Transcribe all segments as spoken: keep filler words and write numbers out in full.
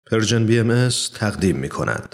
پرژن بی ام اس تقدیم می کند.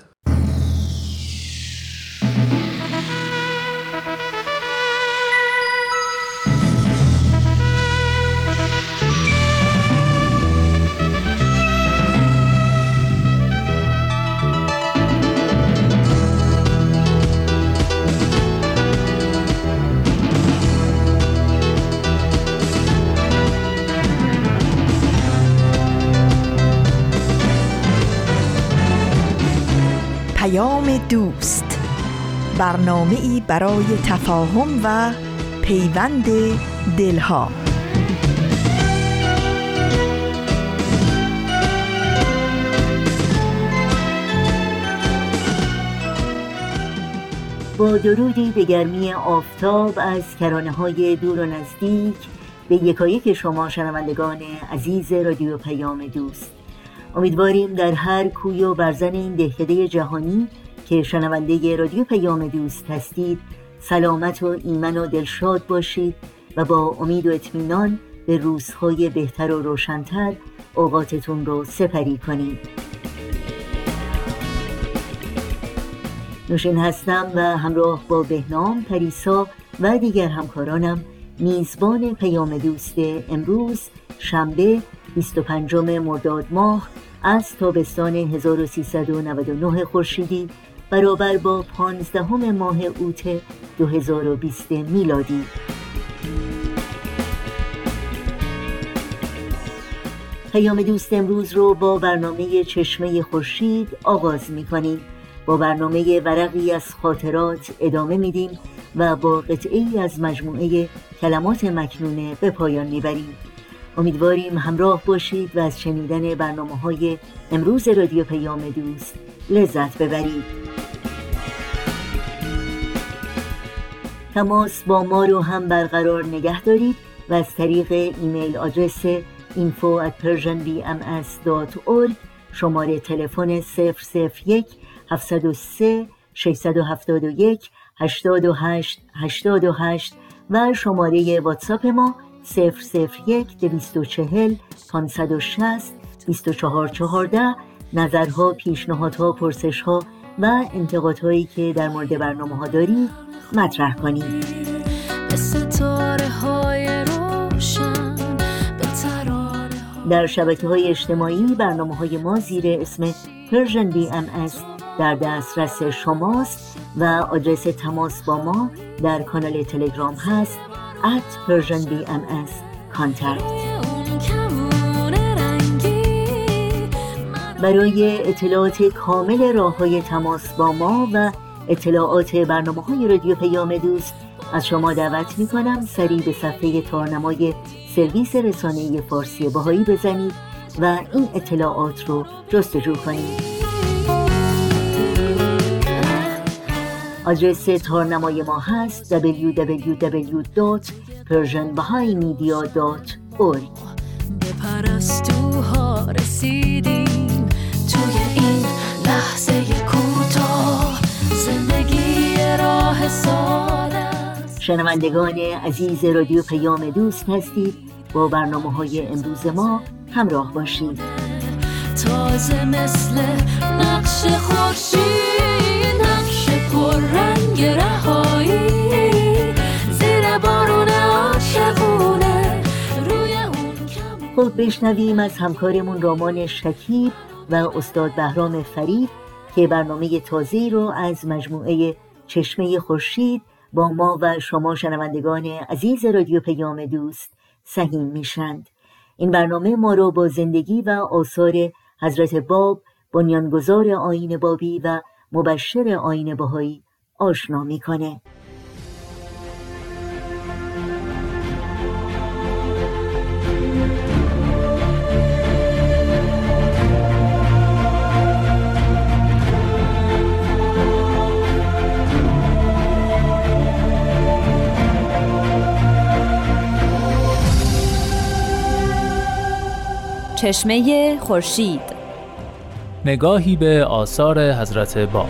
دوست، برنامه‌ای برای تفاهم و پیوند دلها. با درودی به گرمی آفتاب از کرانه‌های دور و نزدیک به یکایک شما شنوندگان عزیز رادیو پیام دوست، امیدواریم در هر کوی و برزن این دهکده جهانی که شنونده رادیو پیام دوست هستید سلامت و ایمن و دلشاد باشید و با امید و اطمینان به روزهای بهتر و روشن‌تر اوقاتتون رو سپری کنید. نوشین هستم و همراه با بهنام، پریسا و دیگر همکارانم میزبان پیام دوست امروز شنبه بیست و پنجم مرداد ماه از تابستان هزار و سیصد و نود و نه خورشیدی برابر با پانزدهم ماه اوت دو هزار و بیست میلادی. پیام دوست امروز رو با برنامه چشمه خورشید آغاز می‌کنیم. با برنامه ورقی از خاطرات ادامه میدیم و با قطعه‌ای از مجموعه کلمات مکنونه به پایان میبریم. امیدواریم همراه باشید و از شنیدن برنامه‌های امروز رادیو پیام دوست لذت ببرید. تماس با ما رو هم برقرار نگه دارید و از طریق ایمیل آدرس info at persian b m s dot org، شماره تلفن صفر صفر یک هفتصد و سه ششصد و هفتاد و یک هشتاد و هشت هشتاد و هشت و شماره واتساپ ما صفر صفر یک دویست و چهل پانصد و شصت بیست و چهار چهارده. نظرها، پیشنهادها، پرسشها و انتقادهایی که در مورد برنامه ها دارید مطرح کنید. در شبکه‌های اجتماعی برنامه های ما زیر اسم پرژن بی ام اس در دسترس شماست و آدرس تماس با ما در کانال تلگرام هست at persian b m s contact. برای اطلاعات کامل راه‌های تماس با ما و اطلاعات برنامه‌های رادیو پیام دوست از شما دعوت می‌کنم سریع به صفحه تارنمای سرویس رسانه فارسی بهایی بزنید و این اطلاعات رو جستجو کنید. آدرس تارنمای ما هست دبلیو دبلیو دبلیو دات پرژن بهایی مدیا دات اورگ. به پرستوها رسیدیم توی این لحظه کوتاه، زندگی راه ساده. شنوندگان عزیز رادیو پیام دوست هستید، با برنامه‌های امروز ما همراه باشید. تازه مثل نقش خورشید، نقش پر رنگ رهایی، زیر بارون عاشقونه روی اون کم. خب بشنویم از همکارمون رامان شکیب و استاد بهرام فرید که برنامه تازه‌ای رو از مجموعه چشمه خورشید با ما و شما شنوندگان عزیز رادیو پیام دوست سهیم میشند. این برنامه ما رو با زندگی و آثار حضرت باب، بنیانگذار آیین بابی و مبشر آیین بهایی آشنا میکنه. چشمه خورشید، نگاهی به آثار حضرت باب.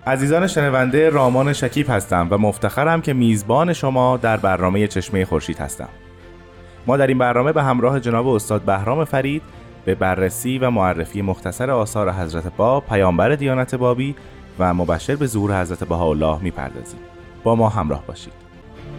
عزیزان شنونده، رامان شکیب هستم و مفتخرم که میزبان شما در برنامه چشمه خورشید هستم. ما در این برنامه به همراه جناب استاد بهرام فرید به بررسی و معرفی مختصر آثار حضرت باب، پیامبر دیانت بابی و مبشر به ظهور حضرت بهاءالله میپردازیم. با ما همراه باشید.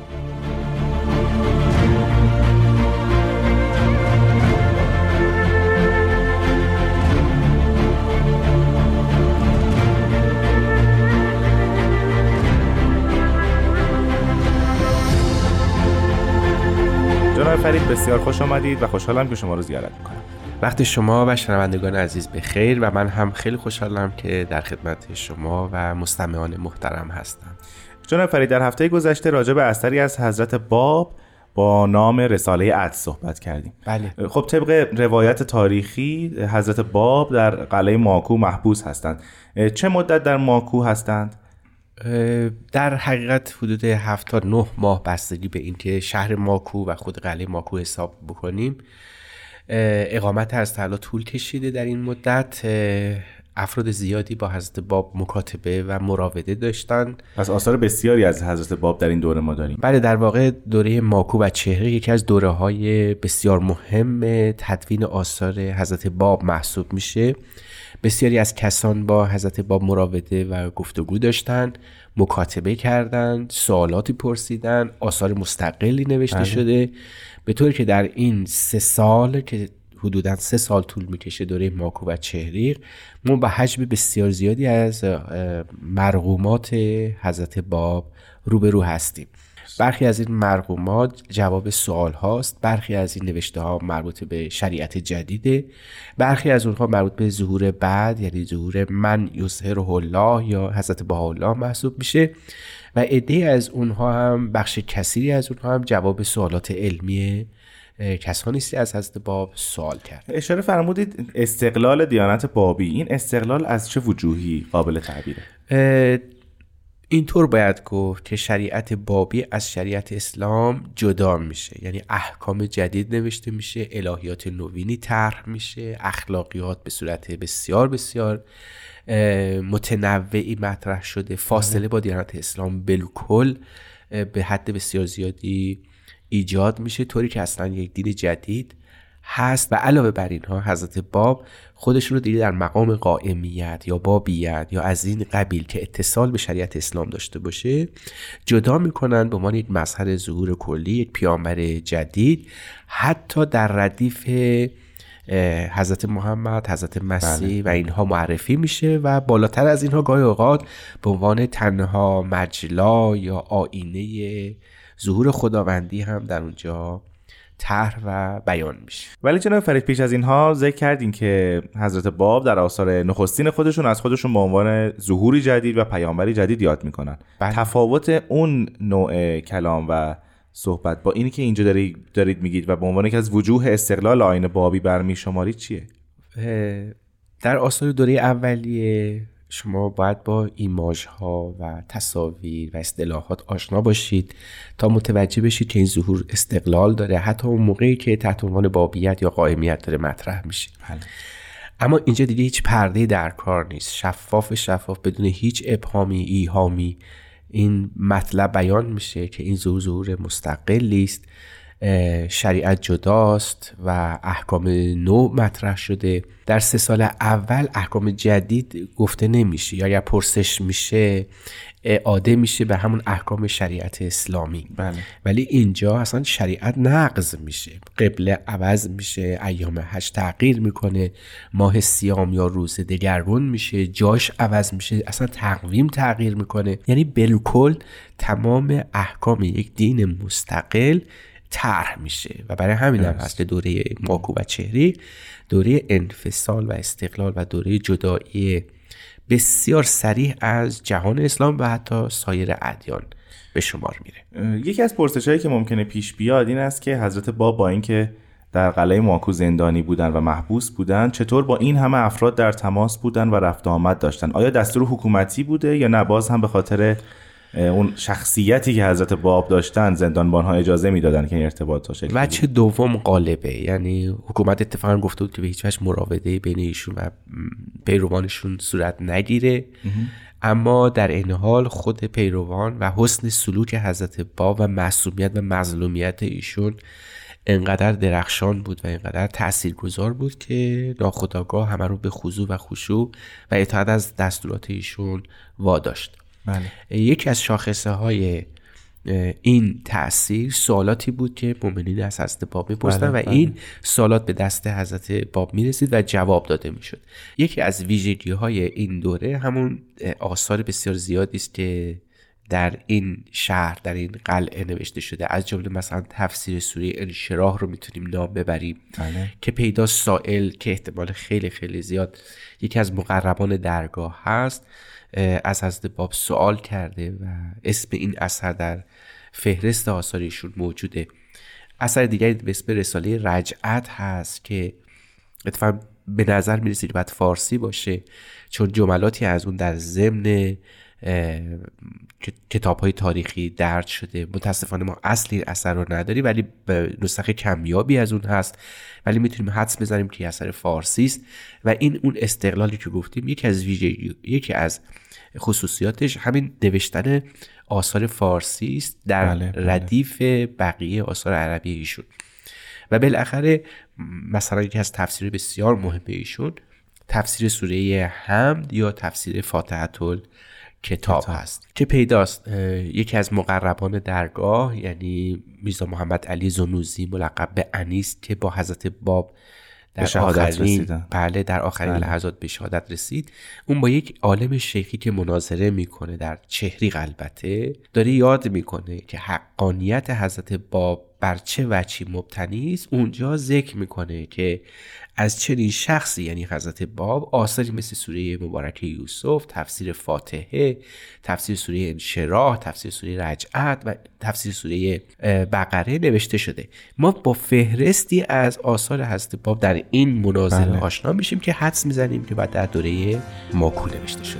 جناب فرید بسیار خوش آمدید و خوشحالم که شما رو زیارت میکنم. وقت شما و شنوندگان عزیز به خیر و من هم خیلی خوشحالم که در خدمت شما و مستمعان محترم هستم. جناب فرید، در هفته گذشته راجع به اثری از حضرت باب با نام رساله عدل صحبت کردیم. بله. خب طبق روایت تاریخی حضرت باب در قلعه ماکو محبوس هستند. چه مدت در ماکو هستند؟ در حقیقت حدود هفت تا نه ماه، بستگی به اینکه شهر ماکو و خود قلعه ماکو حساب بکنیم. اقامت از تعالی طول کشیده. در این مدت افراد زیادی با حضرت باب مکاتبه و مراوده داشتن. پس آثار بسیاری از حضرت باب در این دوره ما داریم. بله، در واقع دوره ماکو و چهره یکی از دوره‌های بسیار مهم تدوین آثار حضرت باب محسوب میشه. بسیاری از کسان با حضرت باب مراوده و گفتگو داشتن، مکاتبه کردند، سوالاتی پرسیدن، آثار مستقلی نوشته بله. شده، به طوری که در این سه سال که حدوداً سه سال طول میکشه دوره ماکو و چهریق، ما با حجم بسیار زیادی از مرقومات حضرت باب روبرو هستیم. برخی از این مرقومات جواب سوال هاست، برخی از این نوشته ها مربوط به شریعت جدیده، برخی از اونها مربوط به ظهور بعد، یعنی ظهور من یظهره الله یا حضرت بهاءالله محسوب میشه و عده‌ای از اونها هم، بخش کثیری از اونها هم جواب سوالات علمی کسانی است از حضرت باب سوال کرد. اشاره فرمودید استقلال دیانت بابی. این استقلال از چه وجوهی قابل تعبیره؟ اینطور باید گفت که شریعت بابی از شریعت اسلام جدا میشه، یعنی احکام جدید نوشته میشه، الهیات نوینی طرح میشه، اخلاقیات به صورت بسیار بسیار متنوعی مطرح شده. فاصله با دیانت اسلام بالکل به حد بسیار زیادی ایجاد میشه، طوری که اصلا یک دین جدید هست. و علاوه بر اینها حضرت باب خودشون رو دیگه در مقام قائمیت یا بابیت یا از این قبیل که اتصال به شریعت اسلام داشته باشه جدا میکنن به عنوان یک مظهر ظهور کلی، یک پیامبر جدید، حتی در ردیف حضرت محمد، حضرت مسیح و اینها معرفی میشه و بالاتر از اینها گاهی اوقات به عنوان تنها مجلا یا آینه ظهور خداوندی هم در اونجا طرح و بیان میشه. ولی جناب فرید، پیش از اینها ذکر کردین که حضرت باب در آثار نخستین خودشون از خودشون به عنوان ظهوری جدید و پیامبری جدید یاد میکنن. بله. تفاوت اون نوع کلام و صحبت با اینی که اینجا دارید, دارید میگید و به عنوان یکی از وجوه استقلال آیین بابی برمی شمارید چیه؟ در آثار دوره اولیه شما باید با ایماژها و تصاویر و اصطلاحات آشنا باشید تا متوجه بشید که این ظهور استقلال داره، حتی اون موقعی که تحت عنوان بابیت یا قائمیت داره مطرح میشه. بله. اما اینجا دیگه هیچ پرده در کار نیست، شفاف شفاف بدون هیچ ابهامی ایهامی این مطلب بیان میشه که این ظهور ظهور مستقلی است، شریعت جداست و احکام نو مطرح شده. در سه سال اول احکام جدید گفته نمیشه یا اگر پرسش میشه اعاده میشه به همون احکام شریعت اسلامی. بله. ولی اینجا اصلا شریعت نقض میشه، قبله عوض میشه، ایام حج تغییر میکنه، ماه صیام یا روزه دگرگون میشه، جاش عوض میشه، اصلا تقویم تغییر میکنه. یعنی بالکل تمام احکام یک دین مستقل طرح میشه و برای همین هم هست که دوره ماکو و چهریق دوره انفصال و استقلال و دوره جدایی بسیار صریح از جهان اسلام و حتی سایر ادیان به شمار میره. یکی از پرسش‌هایی که ممکنه پیش بیاد این است که حضرت باب با اینکه در قلعه ماکو زندانی بودن و محبوس بودن چطور با این همه افراد در تماس بودن و رفت و آمد داشتن؟ آیا دستور حکومتی بوده یا نه باز هم به خاطر اون شخصیتی که حضرت باب داشتن زندانبان‌ها اجازه میدادن که این ارتباط شکل بگیره. وجه دوم غالبه، یعنی حکومت اتفاقا گفته بود که به هیچ وجه مراوده بین ایشون و پیروانشون صورت نگیره، اما در این حال خود پیروان و حسن سلوک حضرت باب و معصومیت و مظلومیت ایشون انقدر درخشان بود و انقدر تاثیرگذار بود که ناخودآگاه همه رو به خضوع و خشوع و اطاعت از دستورات ایشون واداشت. بله. یکی از شاخصه های این تأثیر سوالاتی بود که مؤمنین از حضرت باب می‌پرسیدن بله، و بله. این سوالات به دست حضرت باب میرسید و جواب داده میشد. یکی از ویژگی های این دوره همون آثار بسیار زیادی است که در این شهر، در این قلعه نوشته شده، از جمله مثلا تفسیر سوره انشراح رو میتونیم نام ببریم بله. که پیدا سائل که احتمال خیلی خیلی زیاد یکی از مقربان درگاه هست از حضرت باب سوال کرده و اسم این اثر در فهرست آثارشون موجوده. اثر دیگری به اسم رساله رجعت هست که اتفاقا به نظر میرسه که باید فارسی باشه، چون جملاتی از اون در ضمن کتاب های تاریخی درج شده. متاسفانه ما اصل این اثر رو نداری، ولی نسخه کمیابی از اون هست، ولی میتونیم حدس بزنیم که اثر فارسی است و این اون استقلالی که گفتیم یکی از ویژگی یکی از خصوصیاتش همین نوشتن آثار فارسی است در بله، بله. ردیف بقیه آثار عربی ایشون. و بالاخره مثلا یکی از تفسیر بسیار مهم ایشون تفسیر سوره حمد یا تفسیر فاتحه کتاب هست که پیداست یکی از مقربان درگاه، یعنی میرزا محمد علی زنوزی ملقب به انیس که با حضرت باب در شهادت رسیدن. بله در آخرین بله. لحظات به شهادت رسید. اون با یک عالم شیخی که مناظره میکنه در چهری البته داره یاد میکنه که حقانیت حضرت باب بر چه وجهی مبتنی است. اونجا ذکر میکنه که از چنین شخصی یعنی حضرت باب آثاری مثل سوره مبارکه یوسف، تفسیر فاتحه، تفسیر سوره انشراح، تفسیر سوره رجعت و تفسیر سوره بقره نوشته شده. ما با فهرستی از آثار حضرت باب در این مناظره بله. آشنا میشیم که حدس میزنیم که بعد در دوره ماکو نوشته شده.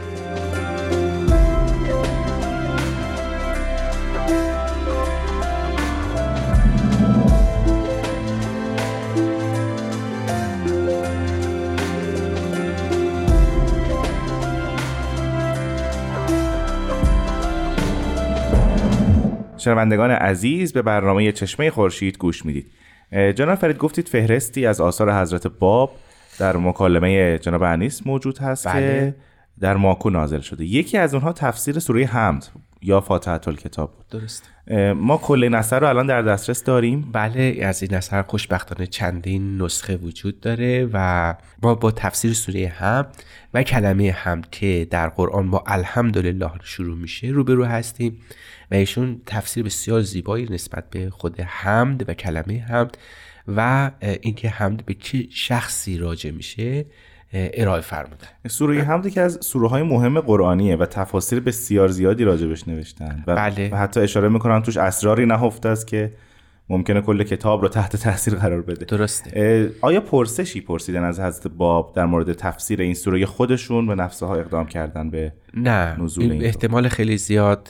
شنوندگان عزیز، به برنامه چشمه خورشید گوش میدید. جناب فرید گفتید فهرستی از آثار حضرت باب در مکالمه جناب انیس موجود هست بله. که در ماکو نازل شده. یکی از اونها تفسیر سوره حمد یا فاتحه الکتاب بود. درست. ما کل این اثر رو الان در دسترس داریم؟ بله، از این اثر خوشبختانه چندین نسخه وجود داره و ما با تفسیر سوره حمد و کلمه حمد که در قرآن با الحمدلله شروع میشه روبرو هستیم و ایشون تفسیر بسیار زیبایی نسبت به خود حمد و کلمه حمد و اینکه حمد به چه شخصی راجع میشه ارائه فرمودن. سوره حمد که از سوره های مهم قرآنیه و تفاسیر بسیار زیادی راجبش نوشتن و, بله. و حتی اشاره میکنن توش اسراری نهفته است که ممکنه کل کتاب رو تحت تاثیر قرار بده. درسته. آیا پرسشی پرسیدن از حضرت باب در مورد تفسیر این سوره خودشون و نفسها اقدام کردن به نه نزول این احتمال خیلی زیاد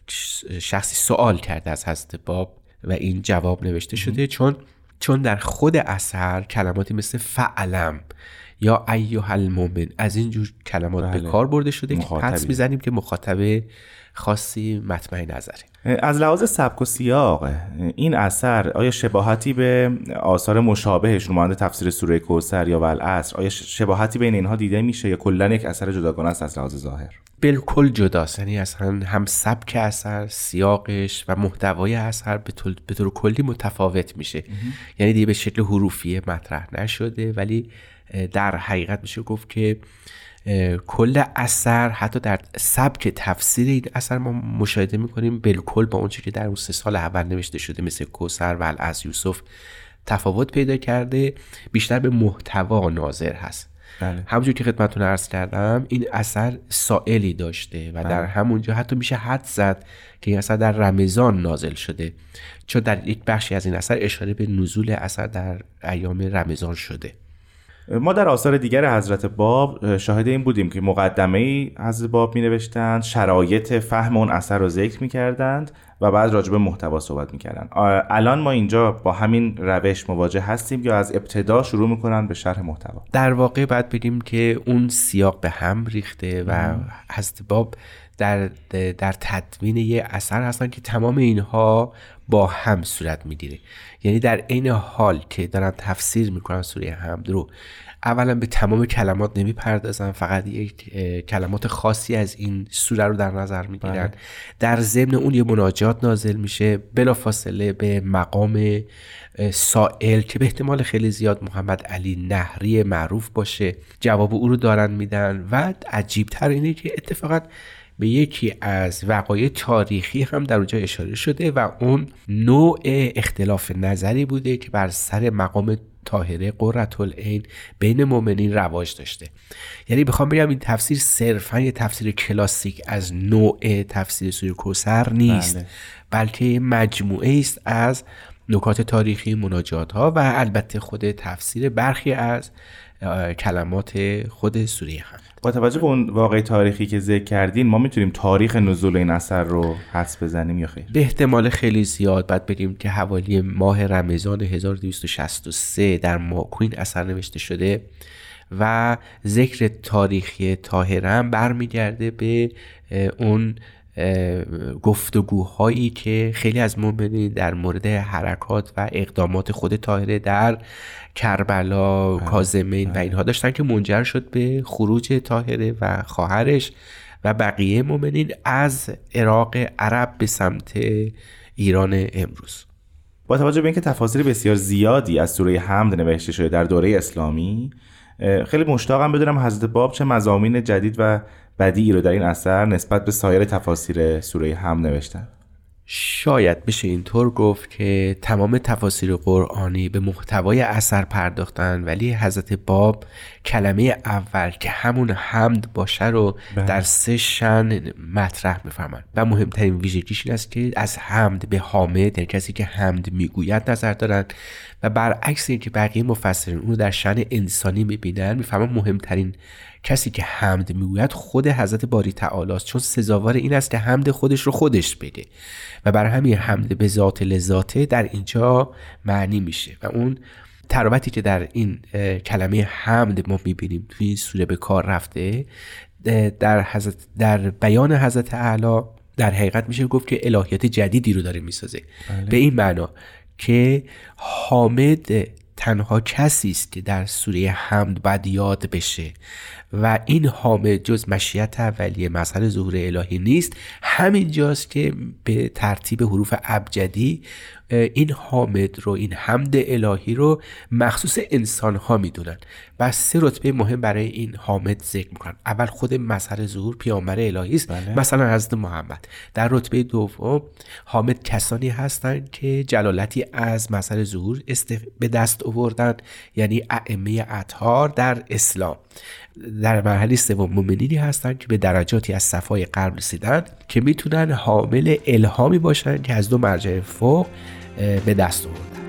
شخصی سوال کرده از حضرت باب و این جواب نوشته شده چون چون در خود اثر کلماتی مثل فعلم یا ایها المؤمن از این جور کلمات بله. به کار برده شده مخاطبی. که حدس میزنیم که مخاطب خاصی مطمع نظره. از لحاظ سبک و سیاق این اثر آیا شباهتی به آثار مشابهش مانند تفسیر سوره کوثر یا والعصر آیا شباهتی بین اینها دیده میشه یا کلا یک اثر جداگانه است از لحاظ ظاهر؟ بالکل جداست، یعنی اصلا هم سبک اثر، سیاقش و محتوای اثر به طور کلی متفاوت میشه. یعنی دیگه به شکل حروفیه مطرح نشده، ولی در حقیقت میشه گفت که کل اثر حتی در سبک تفسیر این اثر ما مشاهده میکنیم بالکل با اون چیزی که در اون سه سال اول نوشته شده مثل کوثر و والعصر یوسف تفاوت پیدا کرده، بیشتر به محتوا ناظر هست. بله. همونجور که خدمتتون عرض کردم این اثر سائلی داشته و بله. در همونجا حتی میشه حدس زد که این اثر در رمضان نازل شده، چون در یک بخشی از این اثر اشاره به نزول اثر در ایام رمضان شده. ما در آثار دیگر حضرت باب شاهد این بودیم که مقدمه حضرت باب می نوشتند، شرایط فهم اون اثر رو ذکر می کردند و بعد راجع به محتوا صحبت می کردند. الان ما اینجا با همین روش مواجه هستیم یا از ابتدا شروع می کنن به شرح محتوا؟ در واقع باید بگیم که اون سیاق به هم ریخته و حضرت باب در در تدوین یه اثر هستن که تمام اینها با هم صورت میگیره. یعنی در عین حال که دارن تفسیر میکنن سوره حمد رو، اولا به تمام کلمات نمیپردازن، فقط یک کلمات خاصی از این سوره رو در نظر میگیرن. در ضمن اون یه مناجات نازل میشه بلافاصله به مقام سائل که به احتمال خیلی زیاد محمد علی نهری معروف باشه، جواب او رو دارن میدن. و عجیبتر اینه که اتفاقا به یکی از وقایع تاریخی هم در اونجا اشاره شده و اون نوع اختلاف نظری بوده که بر سر مقام طاهره قرةالعین بین مؤمنین رواج داشته. یعنی بخوام بگم این تفسیر صرفا یه تفسیر کلاسیک از نوع تفسیر سوره کوثر نیست، بله. بلکه مجموعه است از نکات تاریخی، مناجات ها و البته خود تفسیر برخی از کلمات خود سوره هم. با توجه به اون واقعه تاریخی که ذکر کردین، ما میتونیم تاریخ نزول این اثر رو حدس بزنیم یا خیر؟ به احتمال خیلی زیاد باید بگیم که حوالی ماه رمضان هزار و دویست و شصت و سه در ماکو این اثر نوشته شده و ذکر تاریخی طاهره هم برمیگرده به اون گفتگوهایی که خیلی از مؤمنین در مورد حرکات و اقدامات خود طاهره در کربلا، کاظمین و اینها داشتن که منجر شد به خروج طاهره و خواهرش و بقیه مؤمنین از عراق عرب به سمت ایران امروز. با توجه به اینکه تفاسیر بسیار زیادی از سوره حمد نوشته شده در دوره اسلامی، خیلی مشتاقم بدونم حضرت باب چه مضامین جدید و بدیعی رو در این اثر نسبت به سایر تفاسیر سوره حمد نوشتن. شاید بشه اینطور گفت که تمام تفاسیر قرآنی به محتوای اثر پرداختن، ولی حضرت باب کلمه اول که همون حمد باشه رو بله. در سه شأن مطرح می‌فرمایند و مهمترین ویژگیش این است که از حمد به حامد، یعنی کسی که حمد میگوید، نظر دارن و برعکس اینکه بقیه مفسرین اون رو در شأن انسانی می‌بینن، می‌فهمن مهمترین کسی که حمد میگوید خود حضرت باری تعالی است، چون سزاوار این است که حمد خودش رو خودش بده و برای همین حمد به ذات لذاته در اینجا معنی میشه و اون تراوتی که در این کلمه حمد ما میبینیم توی این سوره به کار رفته در حضرت در بیان حضرت اعلی در حقیقت میشه گفت که الهیات جدیدی رو داره میسازه. بله. به این معنا که حامد تنها کسی است که در سوره حمد باید یاد بشه و این حامد جز مشیت اولیه مظهر ظهور الهی نیست. همین جاست که به ترتیب حروف ابجدی این حامد رو، این حمد الهی رو مخصوص انسان ها میدونن و سه رتبه مهم برای این حامد ذکر میکنن. اول خود مظهر ظهور پیامبر الهی است، بله. مثلا حضرت محمد. در رتبه دوم حامد کسانی هستند که جلالتی از مظهر ظهور است به دست آوردن، یعنی ائمه اطهار در اسلام. در مرحله سوم مؤمنینی هستند که به درجاتی از صفای قلب رسیدن که میتونن حامل الهامی باشن که از دو مرجع فوق به دست آوردن.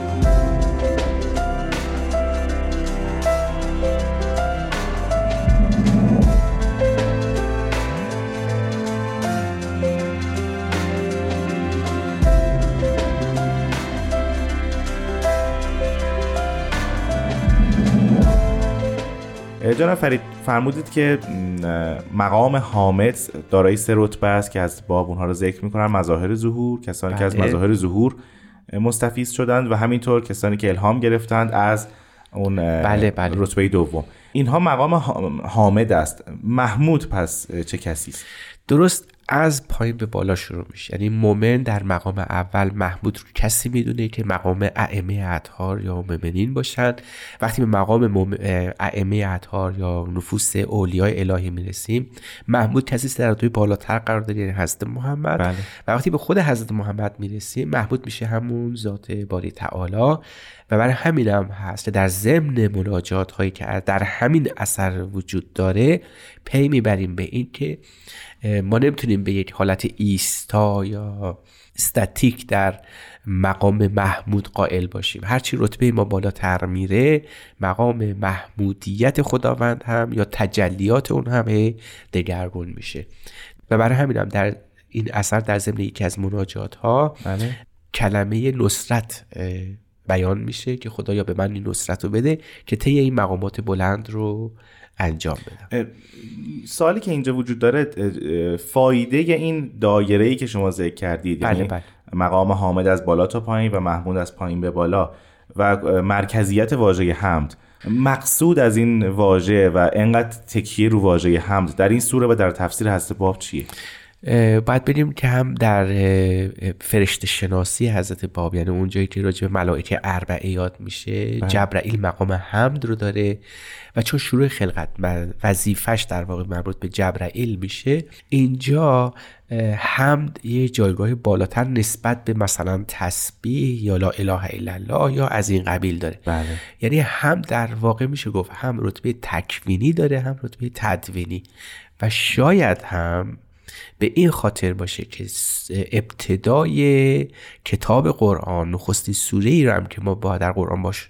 جناب فرید فرمودید که مقام حامد دارای سه رتبه است که از باب اونها رو ذکر میکنن: مظاهر ظهور، کسانی بله. که از مظاهر ظهور مستفیض شدند و همینطور کسانی که الهام گرفتند از اون بله بله. رتبه دوم. اینها مقام حامد است. محمود پس چه کسی است؟ درست از پایین به بالا شروع میشه. یعنی مومن در مقام اول محمود رو کسی میدونه که مقام ائمه اطهار یا مؤمنین باشن. وقتی به مقام ائمه اطهار یا نفوس اولیای الهی میرسیم، محمود کسی است در رتبه بالاتر قرار داره، یعنی حضرت محمد. بله. و وقتی به خود حضرت محمد میرسیم، محمود میشه همون ذات باری تعالی و برای همین هم هست در ضمن مناجات هایی که در همین اثر وجود داره پی میبریم به این که ما نمیتونیم به یک حالت ایستا یا استاتیک در مقام محمود قائل باشیم. هرچی رتبه ما بالاتر میره مقام محمودیت خداوند هم یا تجلیات اون هم دگرگون میشه. و برای همین هم در این اثر در ضمن یکی از مناجات ها بله. کلمه نصرت بیان میشه که خدایا به من این نصرت رو بده که طی این مقامات بلند رو انجام بدم. سوالی که اینجا وجود داره، فایده این دایره‌ای که شما ذکر کردید، بله یعنی بله. مقام حامد از بالا تا پایین و محمود از پایین به بالا و مرکزیت واژه حمد، مقصود از این واژه و انقدر تکیه رو واژه حمد در این سوره و در تفسیر هست باب چیه؟ باید ببینیم که هم در فرشته شناسی حضرت باب، یعنی اون جایی که راجع به ملائکه اربعه یاد میشه، بله. جبرائیل مقام حمد رو داره و چون شروع خلقت وظیفش در واقع مربوط به جبرائیل میشه، اینجا حمد یه جایگاه بالاتر نسبت به مثلا تسبیح یا لا اله الا الله یا از این قبیل داره. بله. یعنی هم در واقع میشه گفت هم رتبه تکوینی داره هم رتبه تدوینی و شاید هم به این خاطر باشه که ابتدای کتاب قرآن، نخستین سوره ای رو هم که ما با در قرآن باش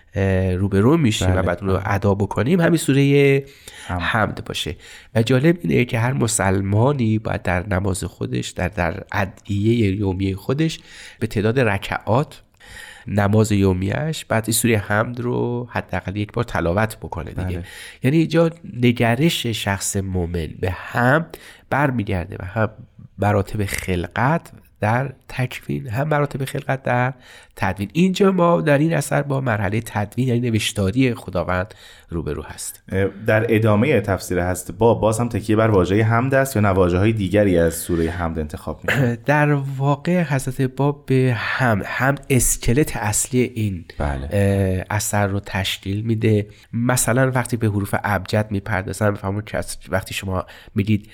روبرو میشیم بله. و بعد اون رو ادا بکنیم همین سوره هم. حمد باشه. و جالب اینه که هر مسلمانی باید در نماز خودش در در ادعیه یومیه خودش به تعداد رکعات نماز یومیش بعد این سوره حمد رو حداقل یک بار تلاوت بکنه دیگه. بله. یعنی اینجا نگرش شخص مؤمن به حمد برمیگرده و هم مراتب خلقت در تکوین هم مراتب خلقت در تدوین. اینجا ما در این اثر با مرحله تدوین یعنی نوشتاری خداوند روبرو هست. در ادامه تفسیر هست با باز هم تکیه بر واژه حمد است یا نواژه های دیگری از سوره حمد انتخاب می‌کنه؟ در واقع حضرت باب به حمد حمد اسکلت اصلی این بله. اثر رو تشکیل میده. مثلا وقتی به حروف ابجد میپردازن میفهمون که وقتی شما میگید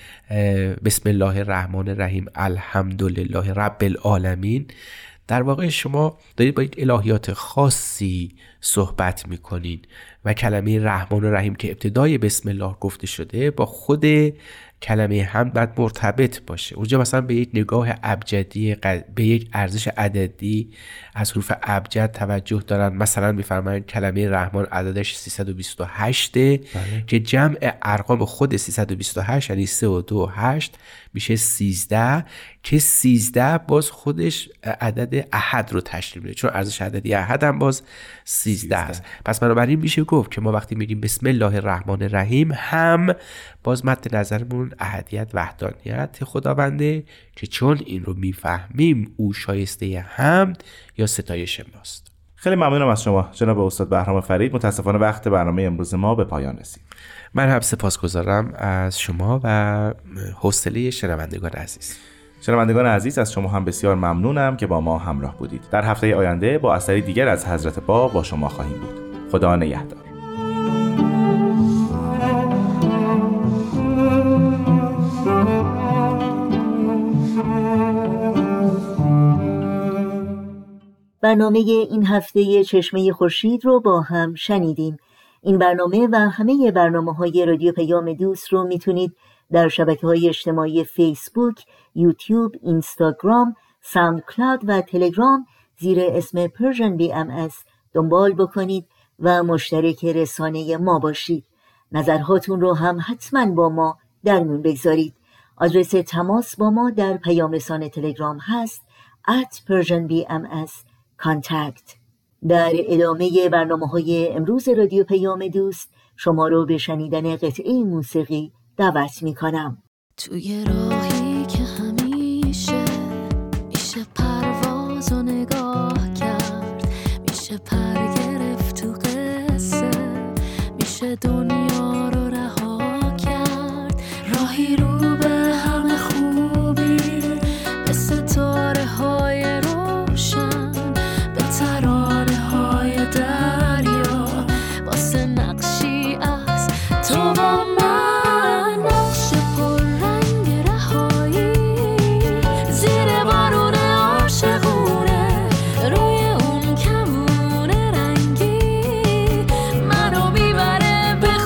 بسم الله الرحمن الرحیم الحمدلله رب العالمین، در واقع شما دارید با یک الهیات خاصی صحبت میکنین و کلمه رحمان و رحیم که ابتدای بسم الله گفته شده با خود کلمه حمد باید مرتبط باشه. اونجا مثلا به یک نگاه ابجدی به یک ارزش عددی از حروف ابجد توجه دارن. مثلا میفرمایند کلمه رحمان عددش سیصد و بیست و هشت بله. که جمع ارقام خود سیصد و بیست و هشت یعنی سه و دو و هشت میشه سیزده که سیزده باز خودش عدد احد رو تشکیل میده چون ارزش عددی احد هم باز سیزده است. پس بنابراین میشه گفت که ما وقتی میگیم بسم الله الرحمن الرحیم هم باز مد نظرمون احدیت وحدانیت خداونده که چون این رو میفهمیم او شایسته حمد یا ستایش ماست. خیلی ممنونم از شما جناب استاد بهرام فرید. متاسفانه وقت برنامه امروز ما به پایان رسید. من هم سپاسگزارم از شما و حوصله شنوندگان عزیز. شنوندگان عزیز از شما هم بسیار ممنونم که با ما همراه بودید. در هفته آینده با اثری دیگر از حضرت باب با شما خواهیم بود. خدا نگهدار. برنامه این هفته چشمه خورشید رو با هم شنیدیم. این برنامه و همه برنامه‌های رادیو پیام دوست رو میتونید در شبکه‌های اجتماعی فیسبوک، یوتیوب، اینستاگرام، ساوند کلاود و تلگرام زیر اسم پرژن بی ام اس دنبال بکنید و مشترک رسانه ما باشید. نظرهاتون رو هم حتما با ما در میون بگذارید. آدرس تماس با ما در پیام رسانه تلگرام هست at persian b m s contact. در ادامه برنامه‌های امروز رادیو پیام دوست شما رو به شنیدن قطعه موسیقی دعوت می‌کنم. توی راهی که همیشه میشه پرواز و نگاه کرد، میشه پر گرفت تو قصه، میشه دنیا رو رها کرد، راهی رو به همه خوبی، به ستاره های روشن، به ترانه های دریا، واسه نقشی از تو با من. به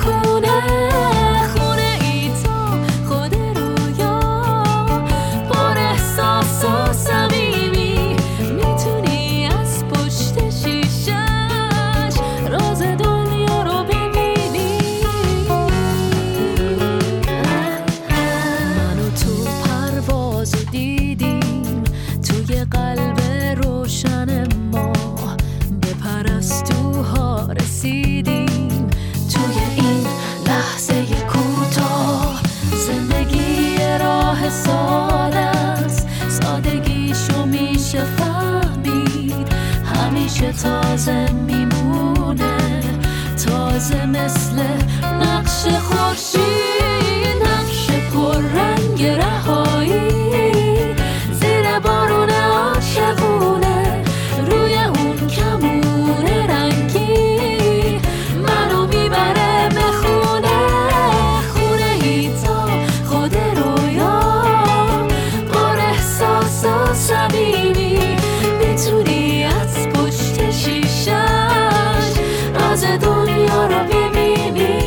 همیشه تازه میمونه، تازه مثل نقش خورشید، نقش پر رنگ رهایی زیر بارون عاشقونه، روی اون کمون رنگی منو میبره به خونه، خونه ای تا خود رویا، پر احساس و صمیمی، میتونی از پشت شیشش راز دنیا رو ببینی.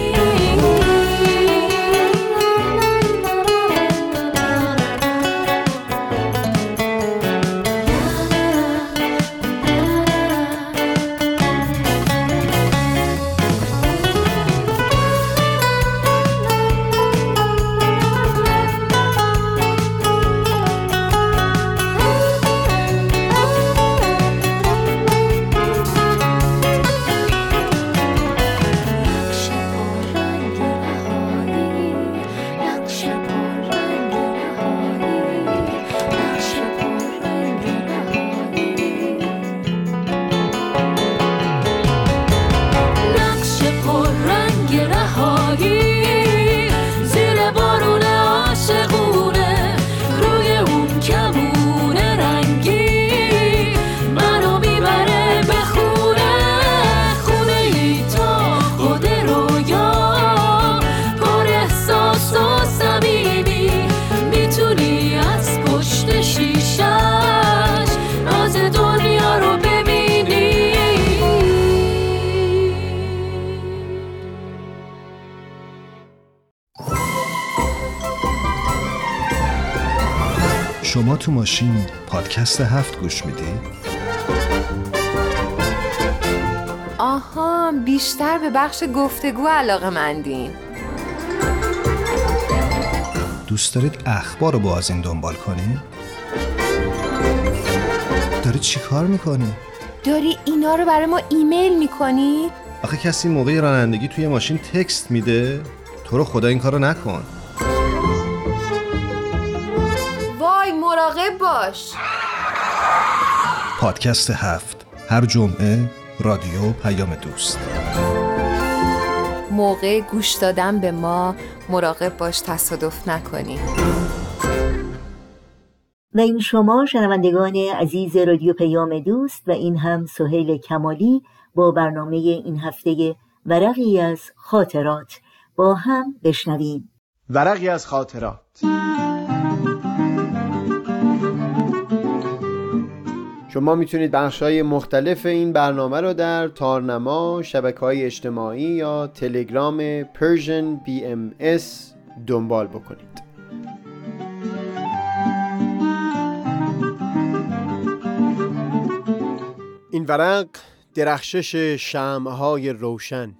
شما تو ماشین پادکست هفت گوش میدی؟ آها، بیشتر به بخش گفتگو علاقه‌مندین. دوست دارید اخبار رو با از این دنبال کنی؟ داری چی کار میکنی؟ داری اینا رو برای ما ایمیل میکنی؟ آخه کسی موقع رانندگی توی ماشین تکست میده؟ تو رو خدا این کارو نکن. وای، مراقب باش. پادکست هفت، هر جمعه رادیو پیام دوست. موقع گوش دادن به ما مراقب باش تصادف نکنی. و این شما شنوندگان عزیز رادیو پیام دوست و این هم سهیل کمالی با برنامه این هفته ورقی از خاطرات. با هم بشنویم. ورقی از خاطرات. شما میتونید بخش‌های مختلف این برنامه رو در تارنما، شبکه‌های اجتماعی یا تلگرام Persian بی ام اس دنبال بکنید. این ورق درخشش شمع‌های روشن.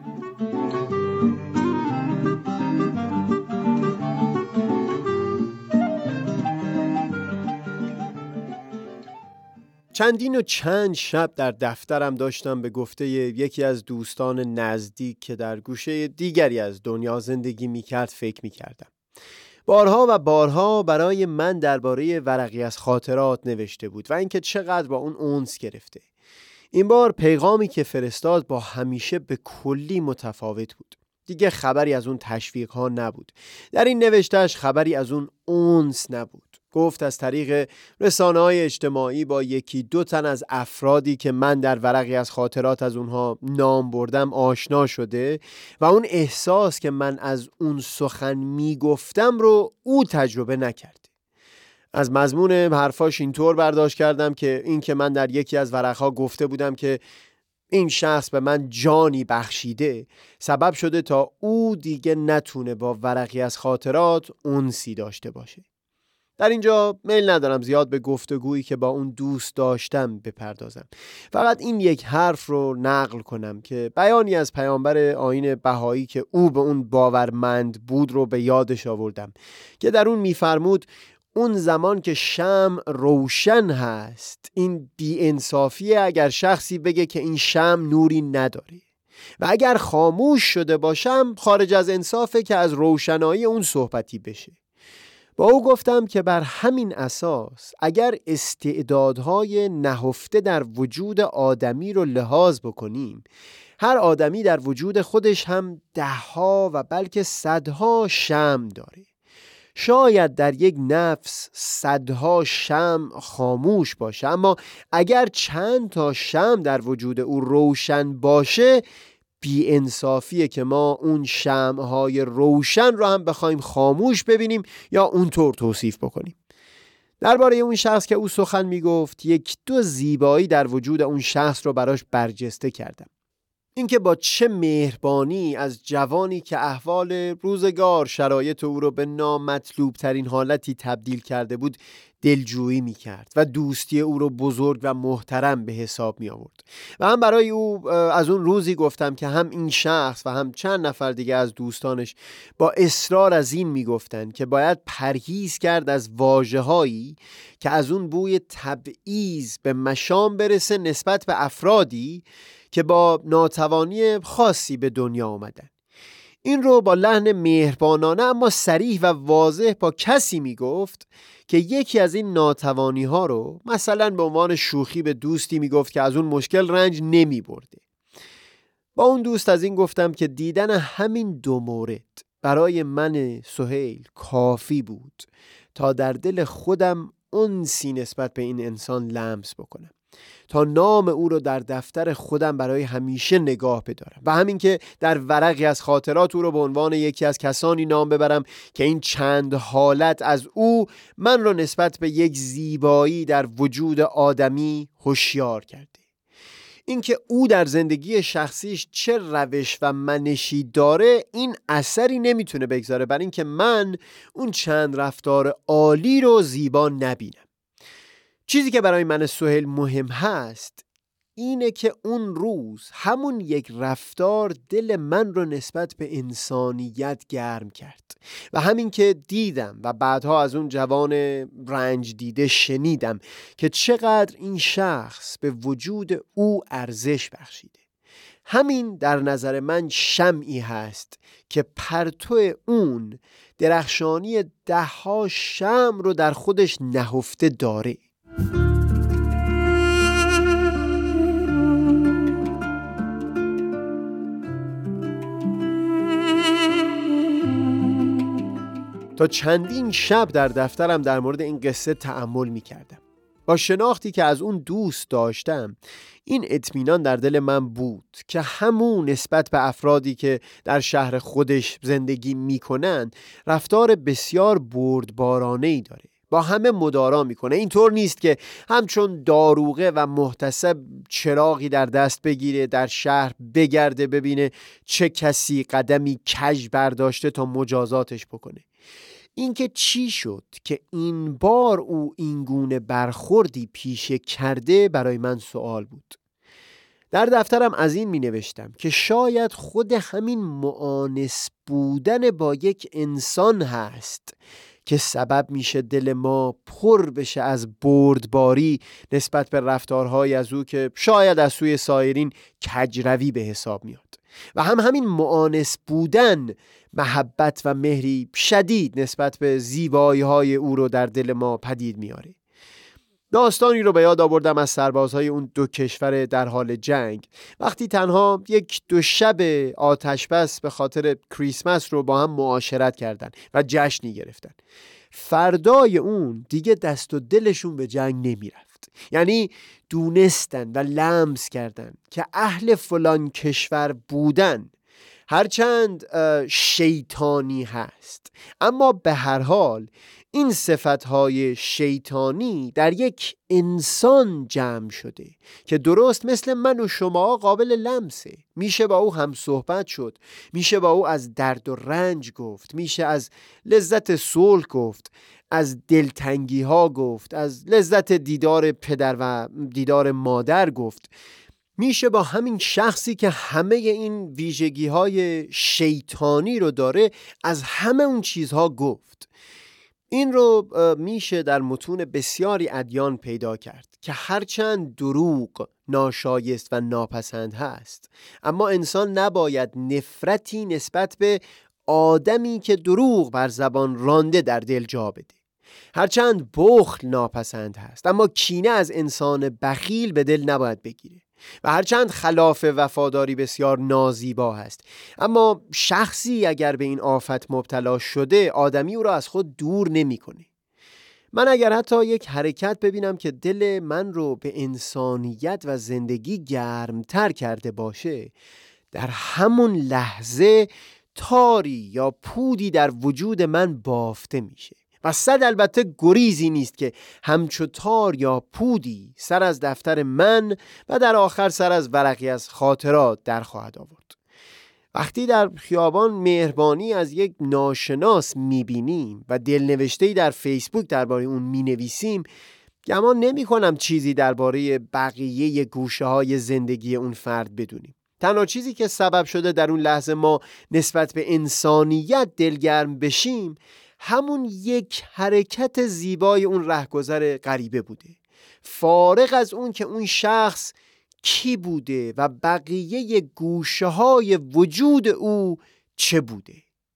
چندین و چند شب در دفترم داشتم به گفته یکی از دوستان نزدیک که در گوشه دیگری از دنیا زندگی میکرد فکر میکردم. بارها و بارها برای من درباره ورقی از خاطرات نوشته بود و اینکه چقدر با اون اونس گرفته. این بار پیغامی که فرستاد با همیشه به کلی متفاوت بود. دیگه خبری از اون تشویق ها نبود. در این نوشتهش خبری از اون اونس نبود. گفت از طریق رسانه‌های اجتماعی با یکی دو تن از افرادی که من در ورقی از خاطرات از اونها نام بردم آشنا شده و اون احساس که من از اون سخن میگفتم رو او تجربه نکرده. از مضمون حرفاش اینطور برداشت کردم که این که من در یکی از ورقها گفته بودم که این شخص به من جانی بخشیده سبب شده تا او دیگه نتونه با ورقی از خاطرات انسی داشته باشه. در اینجا میل ندارم زیاد به گفتگویی که با اون دوست داشتم بپردازم. فقط این یک حرف رو نقل کنم که بیانی از پیامبر آیین بهایی که او به اون باورمند بود رو به یادش آوردم که در اون میفرمود اون زمان که شمع روشن هست این بی‌انصافیه اگر شخصی بگه که این شمع نوری نداره و اگر خاموش شده باشم خارج از انصافه که از روشنایی اون صحبتی بشه. با او گفتم که بر همین اساس اگر استعدادهای نهفته در وجود آدمی رو لحاظ بکنیم، هر آدمی در وجود خودش هم دهها و بلکه صدها شمع داره. شاید در یک نفس صدها شمع خاموش باشه، اما اگر چند تا شمع در وجود او روشن باشه، بی انصافیه که ما اون شمع‌های روشن رو هم بخوایم خاموش ببینیم یا اونطور توصیف بکنیم. درباره اون شخص که او سخن میگفت، یک دو زیبایی در وجود اون شخص رو براش برجسته کردم. اینکه با چه مهربانی از جوانی که احوال روزگار شرایط او رو به نامطلوب ترین حالتی تبدیل کرده بود دلجویی می کرد و دوستی او رو بزرگ و محترم به حساب می آورد. و هم برای او از اون روزی گفتم که هم این شخص و هم چند نفر دیگه از دوستانش با اصرار از این می گفتن که باید پرهیز کرد از واژه‌هایی که از اون بوی تبعیض به مشام برسه نسبت به افرادی که با ناتوانی خاصی به دنیا آمدن. این رو با لحن مهربانانه اما صریح و واضح با کسی می گفت که یکی از این ناتوانی ها رو مثلا به عنوان شوخی به دوستی می گفت که از اون مشکل رنج نمی برده. با اون دوست از این گفتم که دیدن همین دو مورد برای من سهیل کافی بود تا در دل خودم انسی نسبت به این انسان لمس بکنم، تا نام او رو در دفتر خودم برای همیشه نگاه بدارم و همین که در ورقی از خاطرات او رو به عنوان یکی از کسانی نام ببرم که این چند حالت از او من رو نسبت به یک زیبایی در وجود آدمی هوشیار کرده. اینکه او در زندگی شخصیش چه روش و منشی داره این اثری نمیتونه بگذاره بر اینکه من اون چند رفتار عالی رو زیبا نبینم. چیزی که برای من سهیل مهم هست اینه که اون روز همون یک رفتار دل من رو نسبت به انسانیت گرم کرد و همین که دیدم و بعدها از اون جوان رنج دیده شنیدم که چقدر این شخص به وجود او ارزش بخشیده، همین در نظر من شمعی هست که پرتو اون درخشانی ده ها شمع رو در خودش نهفته داره. تا چندین شب در دفترم در مورد این قصه تأمل می کردم. با شناختی که از اون دوست داشتم این اطمینان در دل من بود که همون نسبت به افرادی که در شهر خودش زندگی می کنن رفتار بسیار بردبارانه‌ای داره، با همه مدارا میکنه. اینطور نیست که همچون داروغه و محتسب چراغی در دست بگیره در شهر بگرده ببینه چه کسی قدمی کج برداشته تا مجازاتش بکنه. اینکه چی شد که این بار او اینگونه برخوردی پیشه کرده برای من سوال بود. در دفترم از این می نوشتم که شاید خود همین معانس بودن با یک انسان هست که سبب میشه دل ما پر بشه از بردباری نسبت به رفتارهای از او که شاید از سوی سایرین کجروی به حساب میاد و هم همین معانس بودن محبت و مهری شدید نسبت به زیبایی‌های او رو در دل ما پدید میاره. داستانی رو به یاد آوردم از سربازهای اون دو کشور در حال جنگ، وقتی تنها یک دو شب آتش بس به خاطر کریسمس رو با هم معاشرت کردن و جشنی گرفتن. فردای اون دیگه دست و دلشون به جنگ نمی رفت. یعنی دونستن و لمس کردن که اهل فلان کشور بودن هرچند شیطانی هست، اما به هر حال این صفتهای شیطانی در یک انسان جمع شده که درست مثل من و شما قابل لمسه. میشه با او هم صحبت شد، میشه با او از درد و رنج گفت، میشه از لذت صلح گفت، از دلتنگی ها گفت، از لذت دیدار پدر و دیدار مادر گفت. میشه با همین شخصی که همه این ویژگی های شیطانی رو داره از همه اون چیزها گفت. این رو میشه در متون بسیاری ادیان پیدا کرد که هرچند دروغ ناشایست و ناپسند هست، اما انسان نباید نفرتی نسبت به آدمی که دروغ بر زبان رانده در دل جا بده. هرچند بخل ناپسند هست، اما کینه از انسان بخیل به دل نباید بگیره. و هرچند خلاف وفاداری بسیار نازیبا هست، اما شخصی اگر به این آفت مبتلا شده، آدمی او را از خود دور نمی کنه. من اگر حتی یک حرکت ببینم که دل من رو به انسانیت و زندگی گرمتر کرده باشه، در همون لحظه تاری یا پودی در وجود من بافته میشه و صد البته گریزی نیست که همچو تار یا پودی سر از دفتر من و در آخر سر از ورقی از خاطرات در خواهد آورد. وقتی در خیابان مهربانی از یک ناشناس میبینیم و دلنوشته‌ای در فیسبوک درباره اون مینویسیم، گمان نمی کنم چیزی درباره بقیه گوشه های زندگی اون فرد بدونیم. تنها چیزی که سبب شده در اون لحظه ما نسبت به انسانیت دلگرم بشیم، همون یک حرکت زیبای اون رهگذر غریبه بوده، فارغ از اون که اون شخص کی بوده و بقیه گوشه های وجود او چه بوده.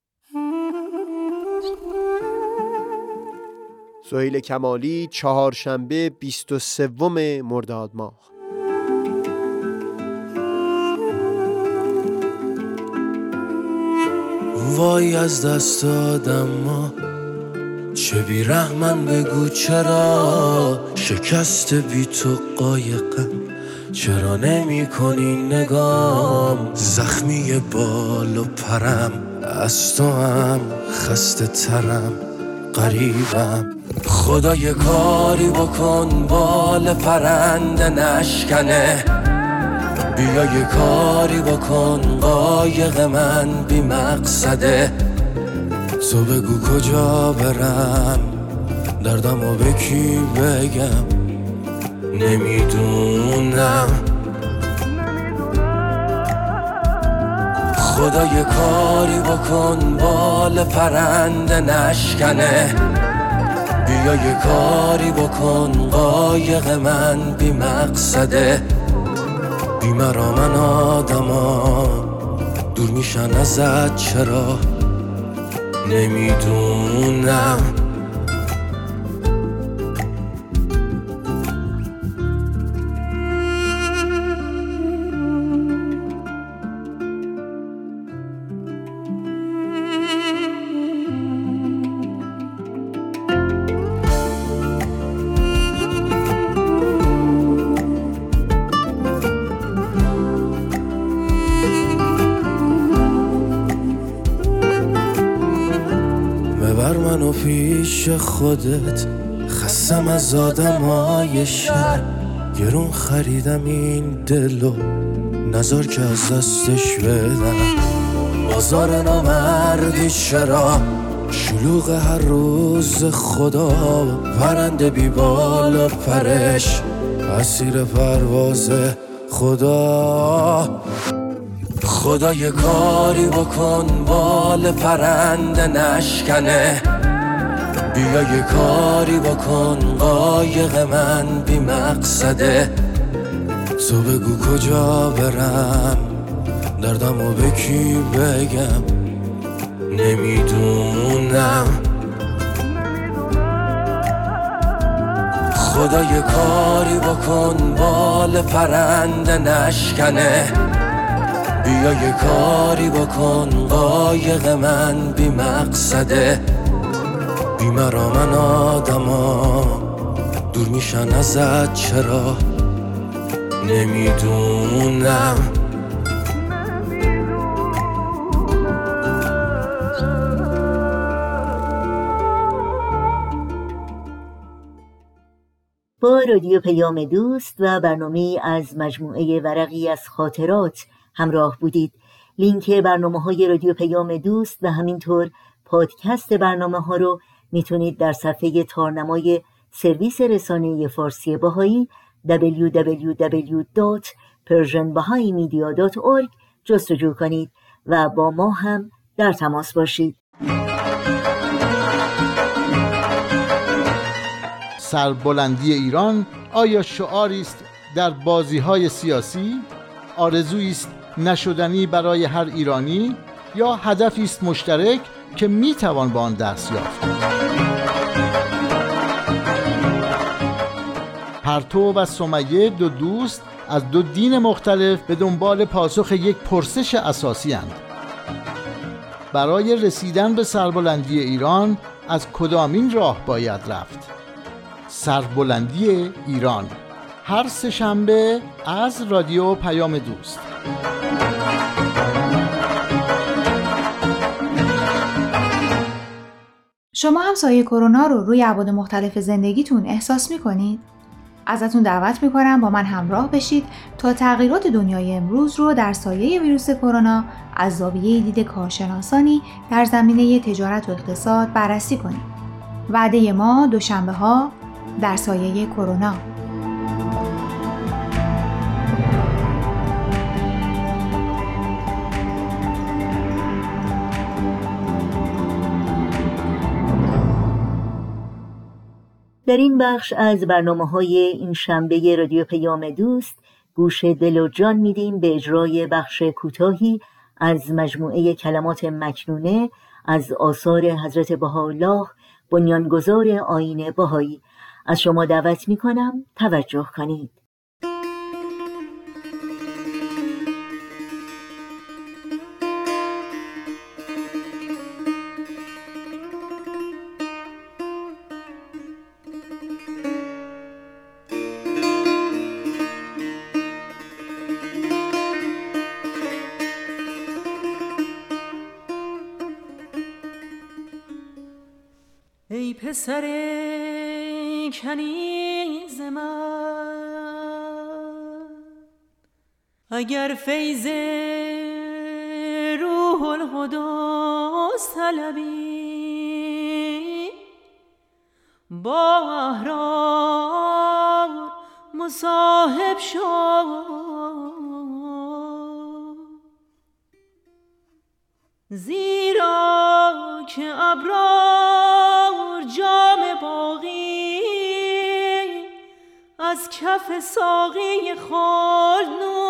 سهیل کمالی، چهارشنبه بیست و سوم مرداد ماه. وای از دست دادم ما، چه بی‌رحمن بگو چرا، شکست بی تو قایقم، چرا نمی کنی نگام، زخمی بال و پرم، از تو هم خسته ترم، قریبم. خدا یه کاری بکن بال پرنده نشکنه، بیا یه کاری بکن قایق من بی مقصده، تو بگو کجا برم، دردمو به کی بگم، نمیدونم. خدا یه کاری بکن بال پرنده نشکنه، بیا یه کاری بکن قایق من بی مقصده، بی مرا من آدما دور میشن ازت چرا، نمیدونم. منو پیش خودت، خستم از آدمای شهر، گرون خریدم این دلو، نذار که از دستش بدم. بازار نامردی چرا شلوغ هر روز خدا، پرنده بی بال و پرش اسیر پرواز خدا. خدا یه کاری بکن بال پرنده نشکنه، بیا یه کاری بکن قایق من بی مقصده، تو بگو کجا برم، دردمو به کی بگم، نمیدونم. خدا یه کاری بکن بال پرنده نشکنه، بیا یه کاری بکن قایق من بی مقصده، بی مرا من آدما دور میشن ازت چرا، نمیدونم. با رادیو پیام دوست و برنامه از مجموعه ورقی از خاطرات همراه بودید. لینک برنامه‌های رادیو پیام دوست و همینطور پادکست برنامه ها رو میتونید در صفحه تارنمای سرویس رسانه فارسی بهایی دبلیو دبلیو دبلیو دات پرژن بهایی مدیا دات اورگ جستجو کنید و با ما هم در تماس باشید. سربلندی ایران آیا شعاری است در بازی‌های سیاسی؟ آرزویی است نشدنی برای هر ایرانی، یا هدفی است مشترک که میتوان به آن دست یافت. پرتو و سمیه دو دوست از دو دین مختلف به دنبال پاسخ یک پرسش اساسی اند. برای رسیدن به سربلندی ایران از کدامین راه باید رفت؟ سربلندی ایران، هر سه شنبه از رادیو پیام دوست. شما هم سایه کرونا رو روی ابعاد مختلف زندگیتون احساس می‌کنید؟ ازتون دعوت می‌کنم با من همراه بشید تا تغییرات دنیای امروز رو در سایه ویروس کرونا از زاویه دید کارشناسانی در زمینه تجارت و اقتصاد بررسی کنیم. وعده ما دوشنبه‌ها در سایه کرونا. در این بخش از برنامه‌های این شنبه رادیو پیام دوست گوش دل و جان میدیم به اجرای بخش کوتاهی از مجموعه کلمات مکنونه از آثار حضرت بهاءالله بنیانگذار آیین بهایی. از شما دعوت میکنم توجه کنید. ای پسر کنیز من، اگر فیض روح القدس طلبی، با احرار مصاحب شو، زیرا که ابرار جام باقی از کف ساقی خود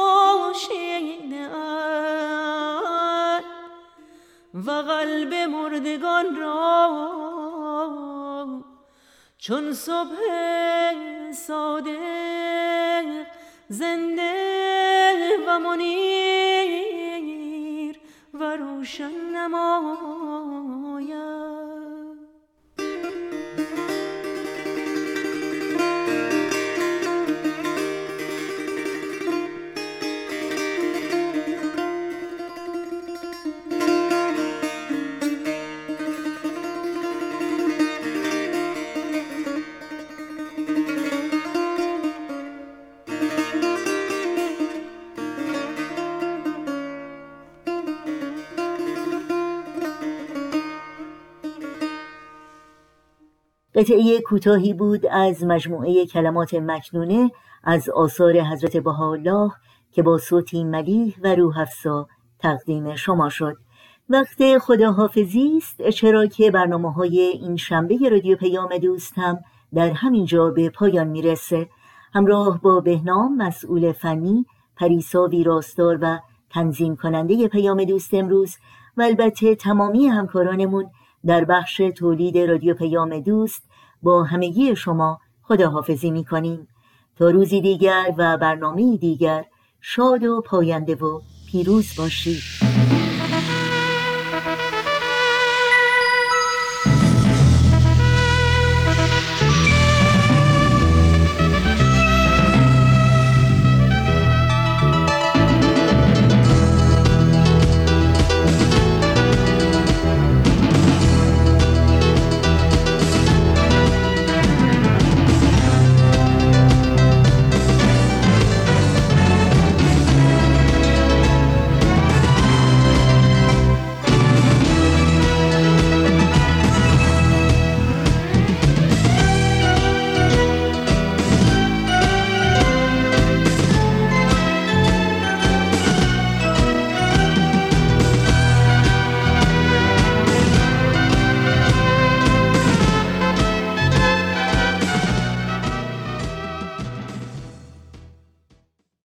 نوشیدند و قلب مردگان را چون صبح صادق زنده و منیر و روشن نماید. قطعه کوتاهی بود از مجموعه کلمات مکنونه از آثار حضرت بهاءالله که با صوتی ملیح و روح افزا تقدیم شما شد. وقت خداحافظی است، چرا که برنامه‌های این شنبه رادیو پیام دوست هم در همین جا به پایان میرسه. همراه با بهنام مسئول فنی، پریسا ویراستار و تنظیم کننده پیام دوست امروز و البته تمامی همکارانمون در بخش تولید رادیو پیام دوست با همگی شما خداحافظی می‌کنیم. تا روزی دیگر و برنامه‌ای دیگر شاد و پاینده و پیروز باشید.